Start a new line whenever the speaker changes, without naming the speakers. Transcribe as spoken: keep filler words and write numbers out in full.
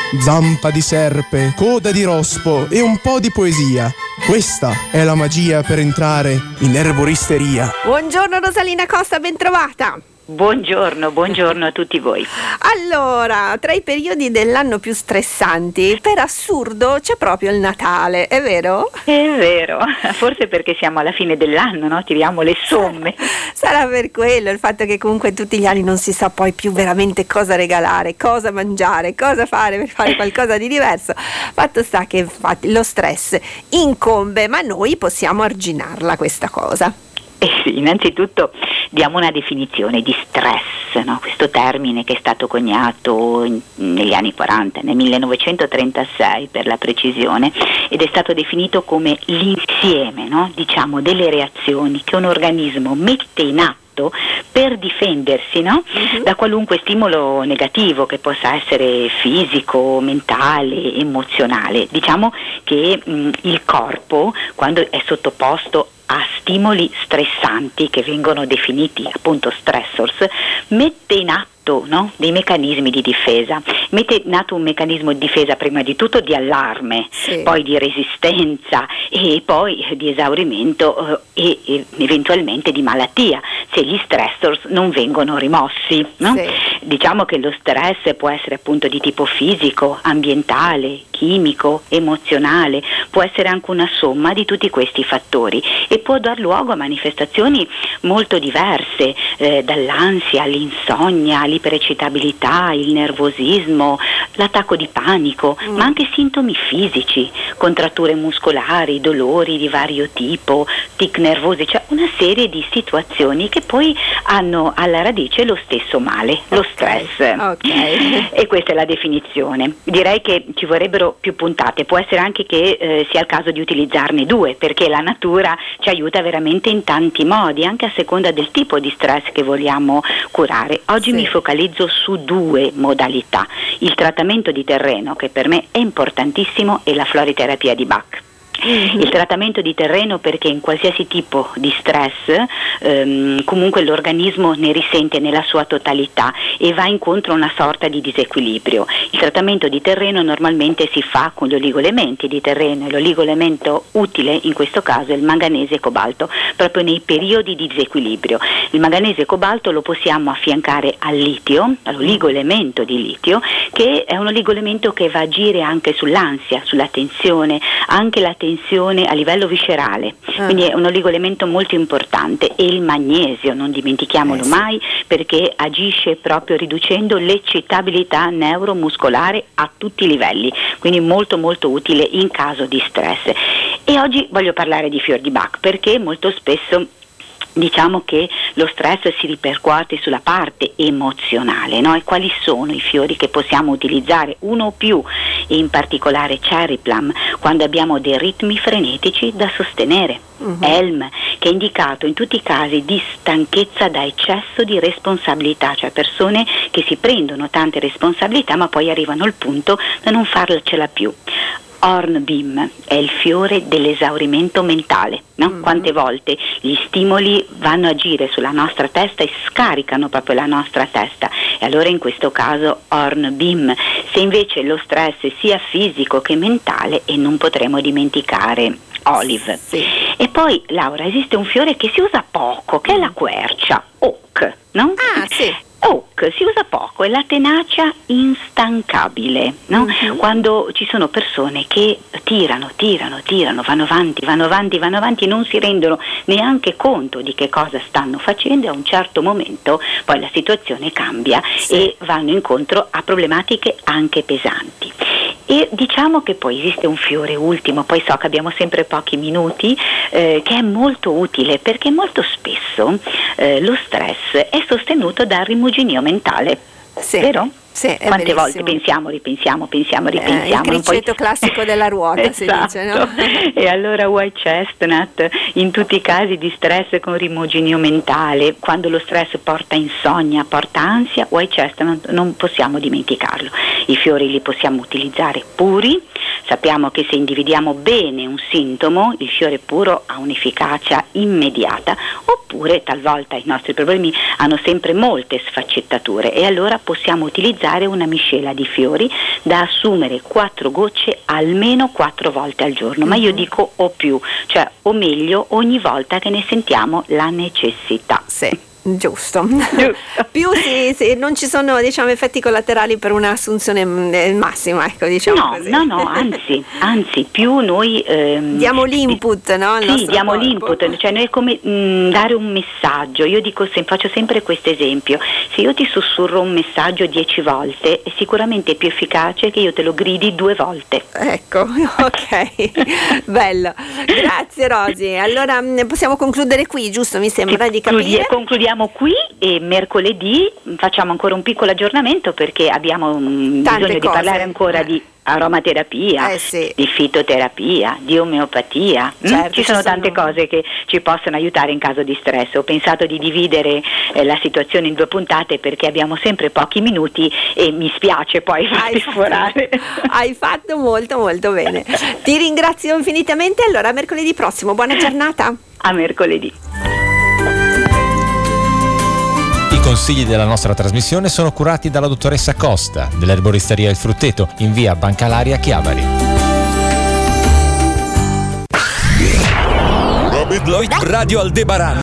zampa di serpe, coda di rospo e un po' di poesia. Questa è la magia per entrare in erboristeria.
Buongiorno Rosalina Costa, ben trovata.
Buongiorno, buongiorno a tutti voi.
Allora, tra i periodi dell'anno più stressanti, per assurdo c'è proprio il Natale, è vero?
È vero, forse perché siamo alla fine dell'anno, no? Tiriamo le somme.
Sarà per quello, il fatto che comunque tutti gli anni non si sa poi più veramente cosa regalare, cosa mangiare, cosa fare per fare qualcosa di diverso. Fatto sta che infatti lo stress incombe, ma noi possiamo arginarla questa cosa.
Eh sì, innanzitutto diamo una definizione di stress, no? Questo termine che è stato coniato in, negli anni quaranta, nel millenovecentotrentasei per la precisione, ed è stato definito come l'insieme, no? Diciamo, delle reazioni che un organismo mette in atto per difendersi, no? uh-huh. da qualunque stimolo negativo, che possa essere fisico, mentale, emozionale. Diciamo che mh, il corpo, quando è sottoposto a stimoli stressanti, che vengono definiti appunto stressors, mette in atto, no? dei meccanismi di difesa. Mette in atto un meccanismo di difesa prima di tutto di allarme, sì. poi di resistenza e poi di esaurimento eh, e, e eventualmente di malattia, se gli stressors non vengono rimossi, no? Sì. Diciamo che lo stress può essere appunto di tipo fisico, ambientale, chimico, emozionale, può essere anche una somma di tutti questi fattori e può dar luogo a manifestazioni molto diverse, eh, dall'ansia all'insonnia, all'iperecitabilità, il nervosismo, l'attacco di panico, mm. ma anche sintomi fisici, contratture muscolari, dolori di vario tipo, tic nervosi, cioè una serie di situazioni che poi hanno alla radice lo stesso male, lo okay. stress. Okay. E questa è la definizione. Direi che ci vorrebbero più puntate, può essere anche che eh, sia il caso di utilizzarne due, perché la natura ci aiuta veramente in tanti modi, anche a seconda del tipo di stress che vogliamo curare. Oggi sì. mi focalizzo su due modalità: il trattamento di terreno, che per me è importantissimo, e la floriterapia di Bach. Mm-hmm. Il trattamento di terreno, perché in qualsiasi tipo di stress ehm, comunque l'organismo ne risente nella sua totalità e va incontro a una sorta di disequilibrio. Il trattamento di terreno normalmente si fa con gli oligoelementi di terreno, e l'oligoelemento utile in questo caso è il manganese e cobalto, proprio nei periodi di disequilibrio. Il manganese e cobalto lo possiamo affiancare al litio, all'oligoelemento di litio, che è un oligoelemento che va a agire anche sull'ansia, sulla tensione, anche la tensione a livello viscerale, ah. quindi è un oligoelemento molto importante. E il magnesio, non dimentichiamolo eh sì. mai, perché agisce proprio riducendo l'eccitabilità neuromuscolare a tutti i livelli, quindi molto molto utile in caso di stress. E oggi voglio parlare di fior di Bach, perché molto spesso diciamo che lo stress si ripercuote sulla parte emozionale, no? E quali sono i fiori che possiamo utilizzare, uno o più, e in particolare cherry plum, quando abbiamo dei ritmi frenetici da sostenere. Uh-huh. Elm, che è indicato in tutti i casi di stanchezza da eccesso di responsabilità, cioè persone che si prendono tante responsabilità ma poi arrivano al punto da non farcela più. Hornbeam è il fiore dell'esaurimento mentale, no? Mm-hmm. Quante volte gli stimoli vanno a agire sulla nostra testa e scaricano proprio la nostra testa, e allora in questo caso Hornbeam. Se invece lo stress sia fisico che mentale, e non potremo dimenticare Olive. Sì. E poi, Laura, esiste un fiore che si usa poco, che è la quercia, oak, no?
Ah, sì.
Oak si usa poco, è la tenacia instancabile, no? Mm-hmm. Quando ci sono persone che tirano, tirano, tirano, vanno avanti, vanno avanti, vanno avanti, non si rendono neanche conto di che cosa stanno facendo, e a un certo momento poi la situazione cambia sì. e vanno incontro a problematiche anche pesanti. E diciamo che poi esiste un fiore ultimo, poi so che abbiamo sempre pochi minuti, eh, che è molto utile, perché molto spesso eh, lo stress è sostenuto dal rimuginio mentale, sì. vero?
Sì, è
Quante
verissimo.
volte pensiamo, ripensiamo, pensiamo, ripensiamo.
Eh, il criceto poi... classico della ruota,
esatto.
si dice, no?
E allora white chestnut, in tutti i casi di stress con rimuginio mentale, quando lo stress porta insonnia, porta ansia, white chestnut non possiamo dimenticarlo. I fiori li possiamo utilizzare puri, Sappiamo che se individuiamo bene un sintomo, il fiore puro ha un'efficacia immediata, oppure talvolta i nostri problemi hanno sempre molte sfaccettature e allora possiamo utilizzare una miscela di fiori da assumere quattro gocce almeno quattro volte al giorno, ma io dico o più, cioè o meglio ogni volta che ne sentiamo la necessità.
Sì. Giusto, più se, se non ci sono, diciamo, effetti collaterali per un'assunzione massima, ecco, diciamo
no,
così.
No, no, anzi, anzi, più noi ehm,
diamo l'input, no?
Sì, diamo
corpo.
l'input, cioè noi è come mh, dare un messaggio. Io dico, se, faccio sempre questo esempio: se io ti sussurro un messaggio dieci volte, è sicuramente più efficace che io te lo gridi due volte.
Ecco, ok, bello, grazie Rosy. Allora possiamo concludere qui, giusto? Mi sembra di capire.
Concludiamo qui e mercoledì facciamo ancora un piccolo aggiornamento perché abbiamo um, bisogno
cose.
di parlare ancora eh. di aromaterapia,
eh sì.
di fitoterapia, di omeopatia.
Certo,
mm? Ci sono
ci
tante
sono...
cose che ci possono aiutare in caso di stress. Ho pensato di dividere eh, la situazione in due puntate perché abbiamo sempre pochi minuti e mi spiace poi farti sforare.
Hai fatto molto molto bene. Ti ringrazio infinitamente. Allora, mercoledì prossimo, buona giornata.
A mercoledì.
I consigli della nostra trasmissione sono curati dalla dottoressa Costa dell'erboristeria Il Frutteto in via Bancalaria Chiavari.
Radio Aldebaran